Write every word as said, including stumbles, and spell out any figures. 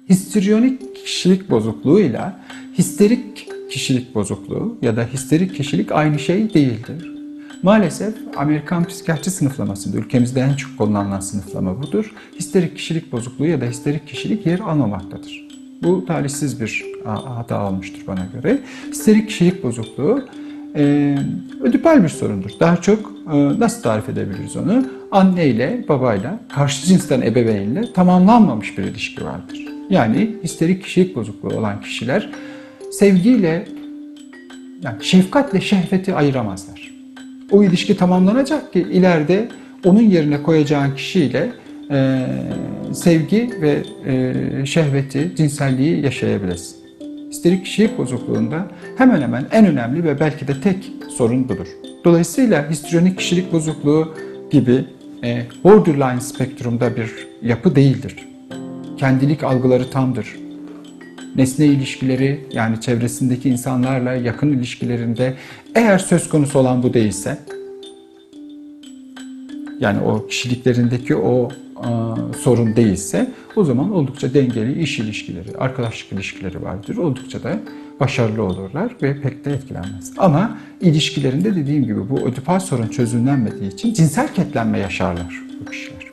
histriyonik kişilik bozukluğuyla histerik kişilik bozukluğu ya da histerik kişilik aynı şey değildir. Maalesef Amerikan psikiyatri sınıflamasında ülkemizde en çok kullanılan sınıflama budur. Histerik kişilik bozukluğu ya da histerik kişilik yer almamaktadır. Bu talihsiz bir hata olmuştur bana göre. Histerik kişilik bozukluğu e, ödipal bir sorundur. Daha çok e, nasıl tarif edebiliriz onu? Anne ile babayla, karşı cinsten ebeveynle tamamlanmamış bir ilişki vardır. Yani histerik kişilik bozukluğu olan kişiler sevgiyle, yani şefkatle şehveti ayıramazlar. O ilişki tamamlanacak ki ileride onun yerine koyacağın kişiyle e, sevgi ve e, şehveti, cinselliği yaşayabilesin. Histerik kişilik bozukluğunda hemen hemen en önemli ve belki de tek sorun budur. Dolayısıyla histriyonik kişilik bozukluğu gibi e, borderline spektrumda bir yapı değildir. Kendilik algıları tamdır. Nesne ilişkileri, yani çevresindeki insanlarla yakın ilişkilerinde eğer söz konusu olan bu değilse, yani o kişiliklerindeki o a, sorun değilse, o zaman oldukça dengeli iş ilişkileri, arkadaşlık ilişkileri vardır. Oldukça da başarılı olurlar ve pek de etkilenmez. Ama ilişkilerinde dediğim gibi bu ödipal sorun çözümlenmediği için cinsel ketlenme yaşarlar bu kişiler.